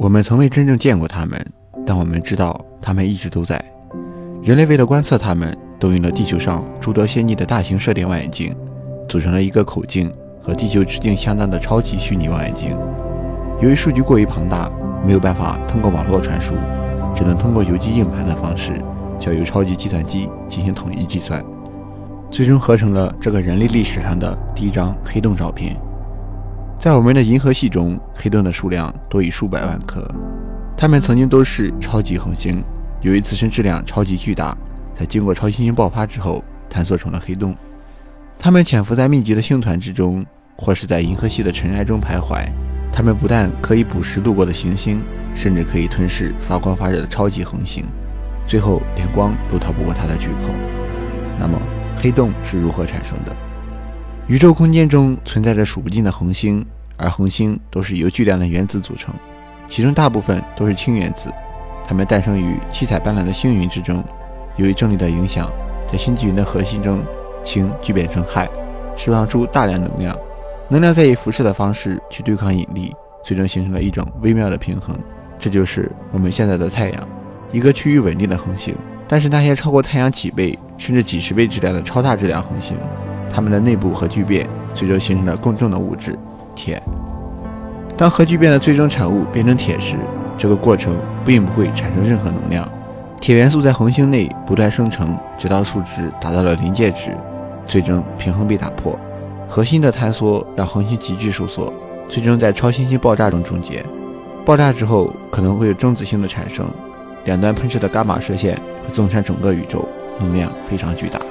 我们从未真正见过它们，但我们知道它们一直都在。人类为了观测它们，动用了地球上诸多先进的大型射电望远镜，组成了一个口径和地球直径相当的超级虚拟望远镜。由于数据过于庞大，没有办法通过网络传输，只能通过邮寄硬盘的方式交由超级计算机进行统一计算，最终合成了这个人类历史上的第一张黑洞照片。在我们的银河系中，黑洞的数量多以数百万颗，它们曾经都是超级恒星，由于自身质量超级巨大，在经过超新星爆发之后坍缩成了黑洞。它们潜伏在密集的星团之中，或是在银河系的尘埃中徘徊。它们不但可以捕食路过的行星，甚至可以吞噬发光发热的超级恒星，最后连光都逃不过它的巨口。那么黑洞是如何产生的？宇宙空间中存在着数不尽的恒星，而恒星都是由巨量的原子组成，其中大部分都是氢原子。它们诞生于七彩斑斓的星云之中，由于重力的影响，在星际云的核心中，氢聚变成氦，释放出大量能量。能量再以辐射的方式去对抗引力，最终形成了一种微妙的平衡。这就是我们现在的太阳，一个趋于稳定的恒星。但是那些超过太阳几倍甚至几十倍质量的超大质量恒星，它们的内部核聚变最终形成了更重的物质铁。当核聚变的最终产物变成铁时，这个过程并不会产生任何能量。铁元素在恒星内不断生成，直到数值达到了临界值，最终平衡被打破。核心的坍缩让恒星急剧收缩，最终在超新星爆炸中终结。爆炸之后可能会有中子星的产生，两端喷射的伽马射线会纵穿整个宇宙，能量非常巨大。